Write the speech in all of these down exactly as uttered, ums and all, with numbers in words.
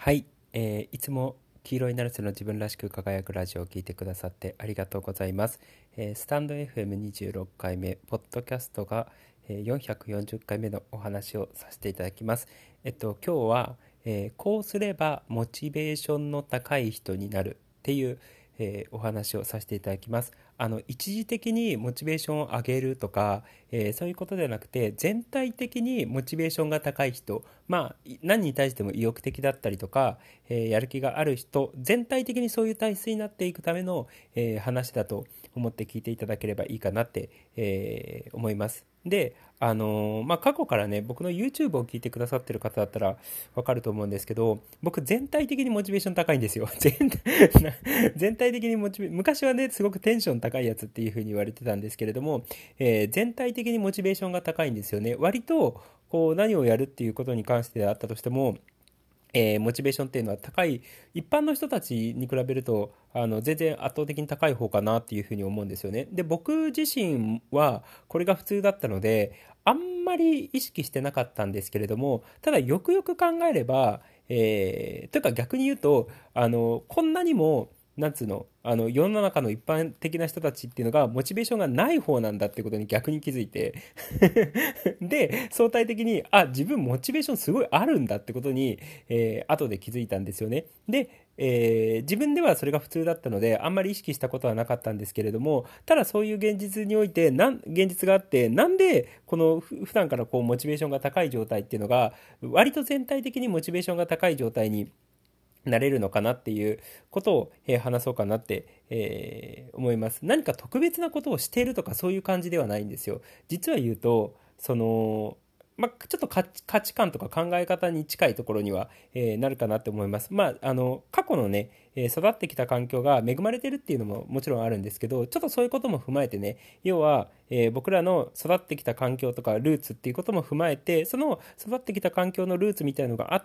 はい、えーいつも黄色いナルセの自分らしく輝くラジオを聞いてくださってありがとうございます。えースタンド エフエムにじゅうろっかいめ、ポッドキャストが、えーよんひゃくよんじゅっかいめのお話をさせていただきます。えっと、今日は、えーこうすればモチベーションの高い人になるっていう、えーお話をさせていただきます。あの一時的にモチベーションを上げるとか、えーそういうことではなくて、全体的にモチベーションが高い人、まあ何に対しても意欲的だったりとか、えーやる気がある人全体的にそういう体質になっていくための、えー話だと思って聞いていただければいいかなって、えー思います。で、あのーまあ、過去からね、僕の YouTube を聞いてくださってる方だったらわかると思うんですけど、僕全体的にモチベーション高いんですよ。全全体的にモチベ、昔はね、すごくテンション高いやつっていう風に言われてたんですけれども、えー全体的にモチベーションが高いんですよね。割と、こう、何をやるっていうことに関してであったとしても、えーモチベーションっていうのは高い、一般の人たちに比べるとあの全然圧倒的に高い方かなっていうふうに思うんですよね。で、僕自身はこれが普通だったのであんまり意識してなかったんですけれども、ただよくよく考えれば、えーというか逆に言うと、あのこんなにもなんつうの、あの世の中の一般的な人たちっていうのがモチベーションがない方なんだっていうことに逆に気づいてで、相対的に、あ、自分モチベーションすごいあるんだってことに、えー後で気づいたんですよね。で、えー自分ではそれが普通だったので、あんまり意識したことはなかったんですけれども、ただそういう現実において、なん、現実があって、なんで、このふ普段からこう、モチベーションが高い状態っていうのが、割と全体的にモチベーションが高い状態になれるのかなっていうことを、えー話そうかなって、えー思います。何か特別なことをしているとかそういう感じではないんですよ。実は言うと、その、まあ、ちょっと価値価値観とか考え方に近いところには、えーなるかなって思います。まあ、あの、過去のね、えー育ってきた環境が恵まれてるっていうのももちろんあるんですけど、ちょっとそういうことも踏まえてね、要は、えー僕らの育ってきた環境とかルーツっていうことも踏まえて、その育ってきた環境のルーツみたいなのがあって、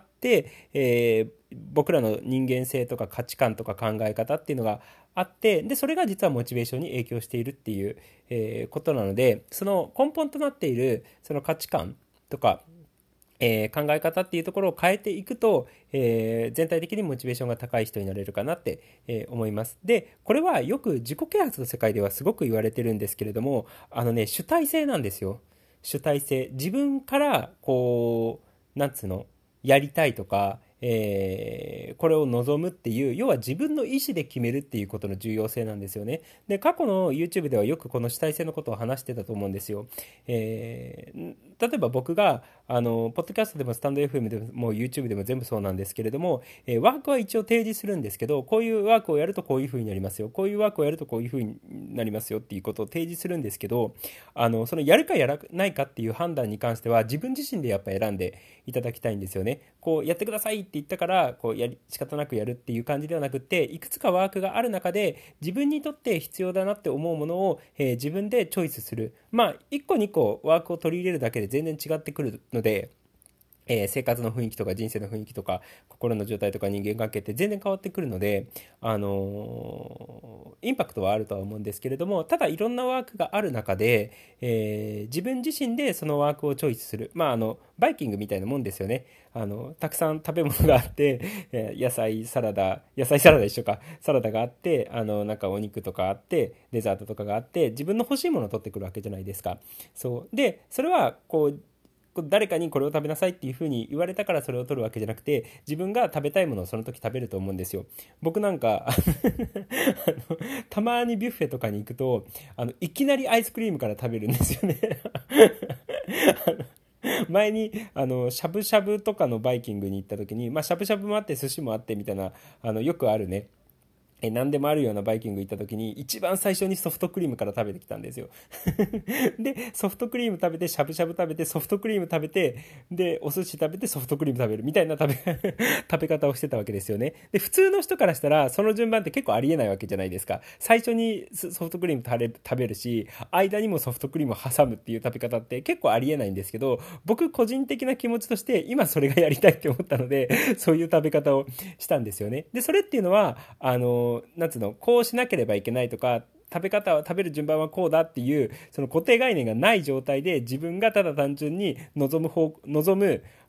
えー僕らの人間性とか価値観とか考え方っていうのがあって、でそれが実はモチベーションに影響しているっていう、えーことなので、その根本となっているその価値観とか、えー考え方っていうところを変えていくと、えー全体的にモチベーションが高い人になれるかなって、えー思います。で、これはよく自己啓発の世界ではすごく言われてるんですけれども、あのね、主体性なんですよ。主体性。自分からこう、なんつうの、やりたいとか、えーこれを望むっていう、要は自分の意思で決めるっていうことの重要性なんですよね。で、過去の YouTube ではよくこの主体性のことを話してたと思うんですよ。えー例えば僕が、あの、ポッドキャストでもスタンド エフエム でも YouTube でも全部そうなんですけれども、えーワークは一応提示するんですけど、こういうワークをやるとこういう風になりますよ。こういうワークをやるとこういう風になりますよっていうことを提示するんですけど、あの、そのやるかやらないかっていう判断に関しては自分自身でやっぱ選んでいただきたいんですよね。こうやってくださいって言ったからこうやり仕方なくやるっていう感じではなくって、いくつかワークがある中で自分にとって必要だなって思うものを、えー自分でチョイスする。まあいっこにこワークを取り入れるだけで全然違ってくるので、えー生活の雰囲気とか人生の雰囲気とか心の状態とか人間関係って全然変わってくるので、あのーインパクトはあるとは思うんですけれども、ただいろんなワークがある中で、えー自分自身でそのワークをチョイスする、まああのバイキングみたいなもんですよね。あのたくさん食べ物があって、えー野菜サラダ野菜サラダ一緒か、サラダがあって、あのなんかお肉とかあってデザートとかがあって、自分の欲しいものを取ってくるわけじゃないですか。そうで、それはこう誰かにこれを食べなさいっていう風に言われたからそれを取るわけじゃなくて、自分が食べたいものをその時食べると思うんですよ。僕なんかあのたまにビュッフェとかに行くと、あのいきなりアイスクリームから食べるんですよね。あの前にあのしゃぶしゃぶとかのバイキングに行った時に、まあ、しゃぶしゃぶもあって寿司もあってみたいな、あのよくあるね、え何でもあるようなバイキング行った時に一番最初にソフトクリームから食べてきたんですよ。でソフトクリーム食べてしゃぶしゃぶ食べてソフトクリーム食べて、でお寿司食べてソフトクリーム食べるみたいな食べ食べ方をしてたわけですよね。で普通の人からしたらその順番って結構ありえないわけじゃないですか。最初にソフトクリーム食べ食べるし、間にもソフトクリームを挟むっていう食べ方って結構ありえないんですけど、僕個人的な気持ちとして今それがやりたいって思ったので、そういう食べ方をしたんですよね。でそれっていうのはあのなんつうの、こうしなければいけないとか、食べ方は食べる順番はこうだっていうその固定概念がない状態で、自分がただ単純に望む方望む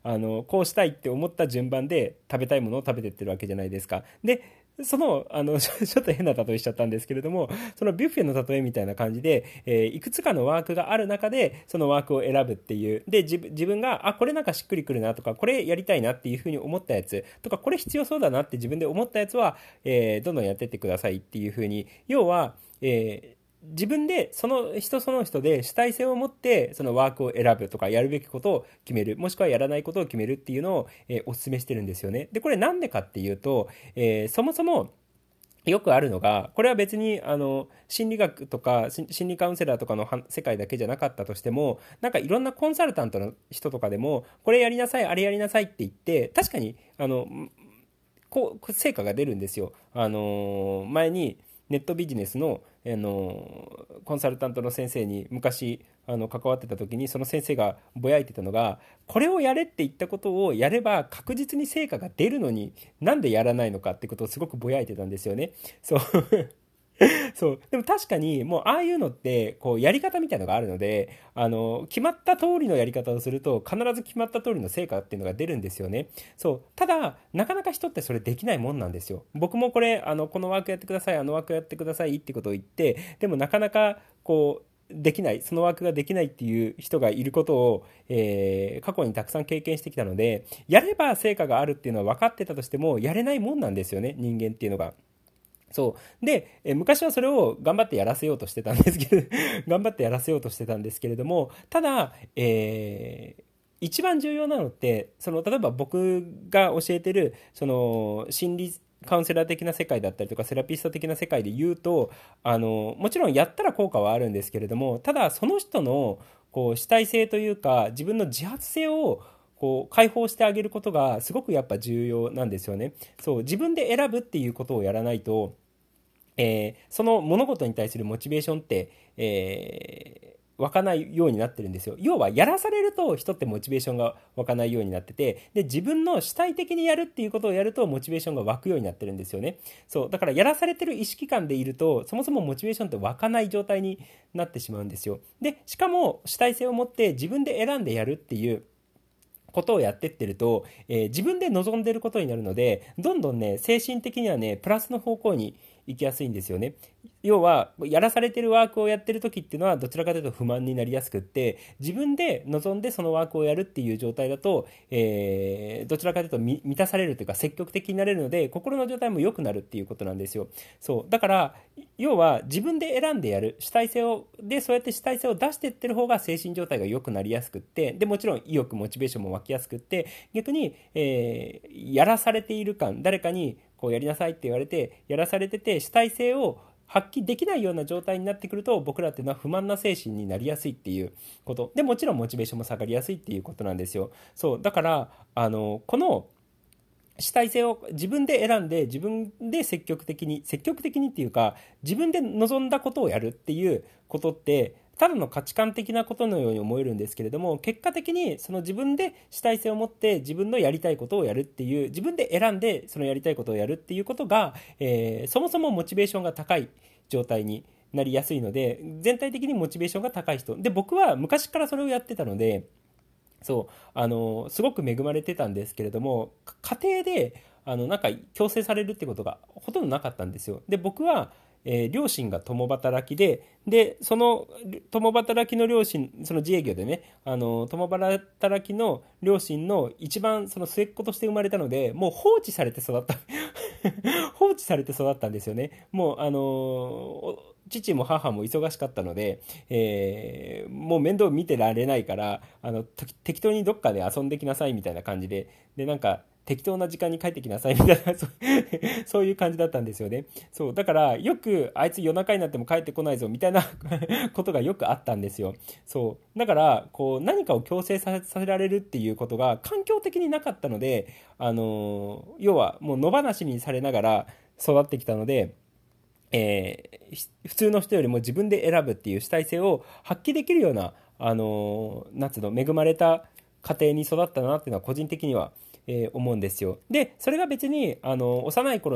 あのこうしたいって思った順番で食べたいものを食べてってるわけじゃないですか。でその、あの、ちょっと変な例えしちゃったんですけれども、そのビュッフェの例えみたいな感じで、えーいくつかのワークがある中で、そのワークを選ぶっていう。で、自分自分が、あ、これなんかしっくりくるなとか、これやりたいなっていうふうに思ったやつとか、これ必要そうだなって自分で思ったやつは、えーどんどんやってってくださいっていうふうに、要は、えー自分でその人その人で主体性を持ってそのワークを選ぶとかやるべきことを決める、もしくはやらないことを決めるっていうのを、えーお勧めしてるんですよね。でこれなんでかっていうと、えーそもそもよくあるのが、これは別にあの心理学とかし心理カウンセラーとかのは世界だけじゃなかったとしても、なんかいろんなコンサルタントの人とかでもこれやりなさいあれやりなさいって言って、確かにあのこう成果が出るんですよ。あの前にネットビジネスの、あのコンサルタントの先生に昔あの関わってた時に、その先生がぼやいてたのが、これをやれって言ったことをやれば確実に成果が出るのになんでやらないのかってことをすごくぼやいてたんですよね。そうそうでも確かにもうああいうのってこうやり方みたいのがあるので、あの決まった通りのやり方をすると必ず決まった通りの成果っていうのが出るんですよね。そうただなかなか人ってそれできないもんなんですよ。僕もこれあのこのワークやってください、あのワークやってくださいってことを言って、でもなかなかこうできない、そのワークができないっていう人がいることを、えー過去にたくさん経験してきたので、やれば成果があるっていうのは分かってたとしてもやれないもんなんですよね、人間っていうのが。そうで、え昔はそれを頑張ってやらせようとしてたんですけど頑張ってやらせようとしてたんですけれども、ただ、えー一番重要なのって、その例えば僕が教えてるその心理カウンセラー的な世界だったりとかセラピスト的な世界で言うと、あのもちろんやったら効果はあるんですけれども、ただその人のこう主体性というか自分の自発性をこう解放してあげることがすごくやっぱ重要なんですよね。そう自分で選ぶっていうことをやらないと、えーその物事に対するモチベーションって、えー湧かないようになってるんですよ。要はやらされると人ってモチベーションが湧かないようになってて、で自分の主体的にやるっていうことをやるとモチベーションが湧くようになってるんですよね。そうだからやらされてる意識感でいると、そもそもモチベーションって湧かない状態になってしまうんですよ。でしかも主体性を持って自分で選んでやるっていうことをやってってると、えー自分で望んでることになるので、どんどんね精神的にはねプラスの方向に行きやすいんですよね。要はやらされてるワークをやってる時っていうのはどちらかというと不満になりやすくって、自分で望んでそのワークをやるっていう状態だと、えーどちらかというと満たされるというか積極的になれるので、心の状態も良くなるっていうことなんですよ。そうだから要は自分で選んでやる主体性をで、そうやって主体性を出していってる方が精神状態が良くなりやすくって、でもちろん意欲モチベーションも湧きやすくって、逆に、えーやらされている感、誰かにこうやりなさいって言われてやらされてて主体性を発揮できないような状態になってくると、僕らっていうのは不満な精神になりやすいっていうことで、もちろんモチベーションも下がりやすいっていうことなんですよ。そうだからあのこの主体性を自分で選んで自分で積極的に積極的にっていうか自分で望んだことをやるっていうことって、ただの価値観的なことのように思えるんですけれども、結果的にその自分で主体性を持って自分のやりたいことをやるっていう、自分で選んでそのやりたいことをやるっていうことが、えーそもそもモチベーションが高い状態になりやすいので、全体的にモチベーションが高い人で、僕は昔からそれをやってたので、そうあのすごく恵まれてたんですけれども、家庭であのなんか強制されるってことがほとんどなかったんですよ。で僕は、えー両親が共働きで、でその共働きの両親、その自営業でね、あの共働きの両親の一番その末っ子として生まれたので、もう放置されて育った放置されて育ったんですよね。もうあの父も母も忙しかったので、えーもう面倒見てられないから、あの適当にどっかで遊んできなさいみたいな感じで、でなんか適当な時間に帰ってきなさいみたいなそうそういう感じだったんですよね。そうだからよくあいつ夜中になっても帰ってこないぞみたいなことがよくあったんですよ。そうだからこう何かを強制させられるっていうことが環境的になかったので、あの要はもう野放しにされながら育ってきたので、えー普通の人よりも自分で選ぶっていう主体性を発揮できるような、あのーなんつうの、恵まれた家庭に育ったなっていうのは個人的には、えー思うんですよ。でそれが別に、あの幼い頃の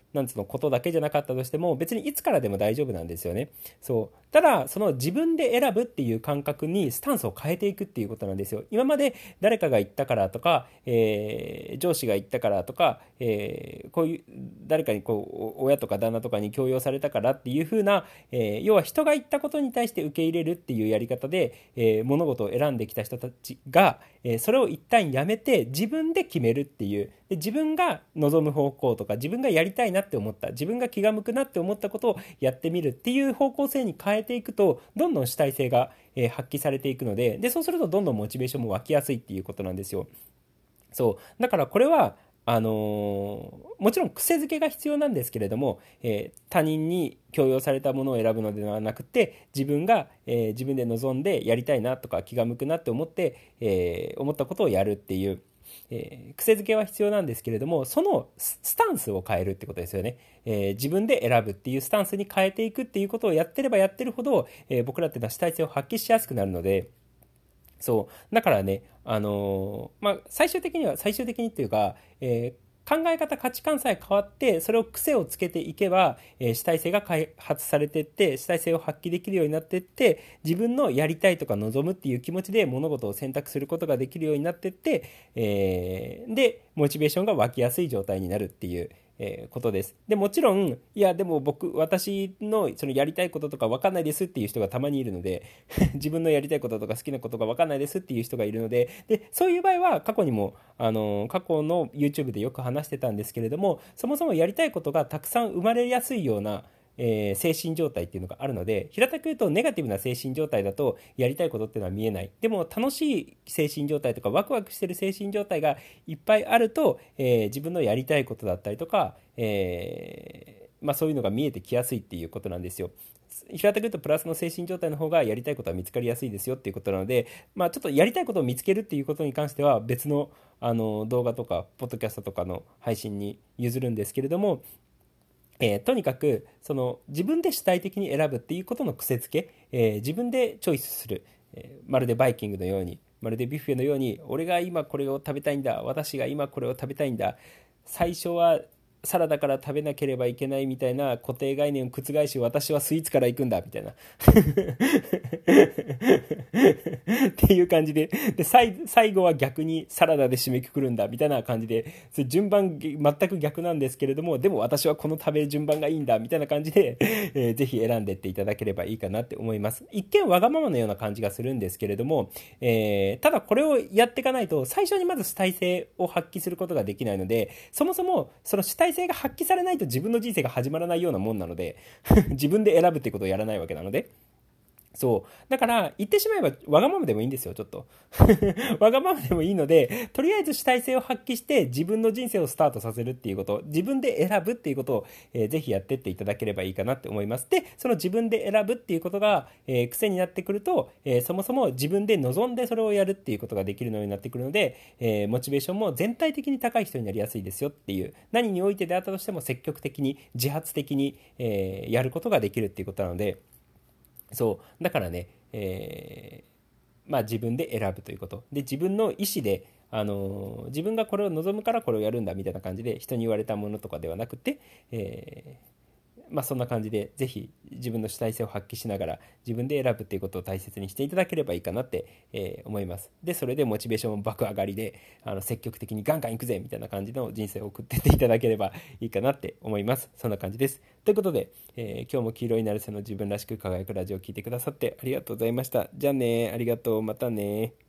なんつうのことだけじゃなかったとしても別にいつからでも大丈夫なんですよね。そうただその自分で選ぶっていう感覚にスタンスを変えていくっていうことなんですよ。今まで誰かが言ったからとか、えー上司が言ったからとか、えーこういう誰かにこう親とか旦那とかに強要されたからっていう風な、えー要は人が言ったことに対して受け入れるっていうやり方で、えー物事を選んできた人たちが、えーそれを一旦やめて自分で決めるっていう、で自分が望む方向とか自分がやりたいなって思った、自分が気が向くなって思ったことをやってみるっていう方向性に変えていくと、どんどん主体性が、えー発揮されていくので、でそうするとどんどんモチベーションも湧きやすいっていうことなんですよ。そうだからこれはあのーもちろん癖づけが必要なんですけれども、えー他人に強要されたものを選ぶのではなくて、自分が、えー自分で望んでやりたいなとか気が向くなって思って、えー思ったことをやるっていう、えー癖づけは必要なんですけれども、そのススタンスを変えるってことですよね。えー自分で選ぶっていうスタンスに変えていくっていうことをやってればやってるほど、えー僕らっていうのは主体性を発揮しやすくなるので、そうだからね、あのーまあ、最終的には最終的にっていうか、えー考え方価値観さえ変わってそれを癖をつけていけば、えー主体性が開発されていって主体性を発揮できるようになっていって、自分のやりたいとか望むっていう気持ちで物事を選択することができるようになっていって、えーでモチベーションが湧きやすい状態になるっていう、えーことです。でもちろん、いやでも僕私のそのやりたいこととか分かんないですっていう人がたまにいるので自分のやりたいこととか好きなことが分かんないですっていう人がいるので、でそういう場合は過去にもあの過去の YouTube でよく話してたんですけれども、そもそもやりたいことがたくさん生まれやすいような、えー精神状態っていうのがあるので、平たく言うとネガティブな精神状態だとやりたいことっていうのは見えない。でも楽しい精神状態とかワクワクしてる精神状態がいっぱいあると、えー自分のやりたいことだったりとか、えーまあ、そういうのが見えてきやすいっていうことなんですよ。平たく言うとプラスの精神状態の方がやりたいことは見つかりやすいですよっていうことなので、まあ、ちょっとやりたいことを見つけるっていうことに関しては別の、あの動画とかポッドキャストとかの配信に譲るんですけれども、えーとにかくその自分で主体的に選ぶっていうことの癖づけ、えー自分でチョイスする、えーまるでバイキングのように、まるでビュッフェのように、俺が今これを食べたいんだ、私が今これを食べたいんだ、最初はサラダから食べなければいけないみたいな固定概念を覆し、私はスイーツから行くんだみたいなっていう感じで、で最最後は逆にサラダで締めくくるんだみたいな感じで、それ順番全く逆なんですけれども、でも私はこの食べる順番がいいんだみたいな感じで、えーぜひ選んでっていただければいいかなって思います。一見わがままのような感じがするんですけれども、えーただこれをやっていかないと最初にまず主体性を発揮することができないので、そもそもその主体性が発揮されないと自分の人生が始まらないようなもんなので自分で選ぶってことをやらないわけなので、そうだから言ってしまえばわがままでもいいんですよ、ちょっとわがままでもいいので、とりあえず主体性を発揮して自分の人生をスタートさせるっていうこと、自分で選ぶっていうことを、えーぜひやってっていただければいいかなって思います。でその自分で選ぶっていうことが、えー癖になってくると、えーそもそも自分で望んでそれをやるっていうことができるようになってくるので、えーモチベーションも全体的に高い人になりやすいですよっていう、何においてであったとしても積極的に自発的に、えーやることができるっていうことなので、そうだからね、えーまあ、自分で選ぶということで、自分の意思で、あのー自分がこれを望むからこれをやるんだみたいな感じで人に言われたものとかではなくて、えーまあ、そんな感じでぜひ自分の主体性を発揮しながら自分で選ぶっていうことを大切にしていただければいいかなって、えー思います。でそれでモチベーションも爆上がりで、あの積極的にガンガンいくぜみたいな感じの人生を送っていっていただければいいかなって思います。そんな感じです。ということで、えー今日も黄色いナルセの自分らしく輝くラジオを聞いてくださってありがとうございました。じゃあね、ありがとう、またね。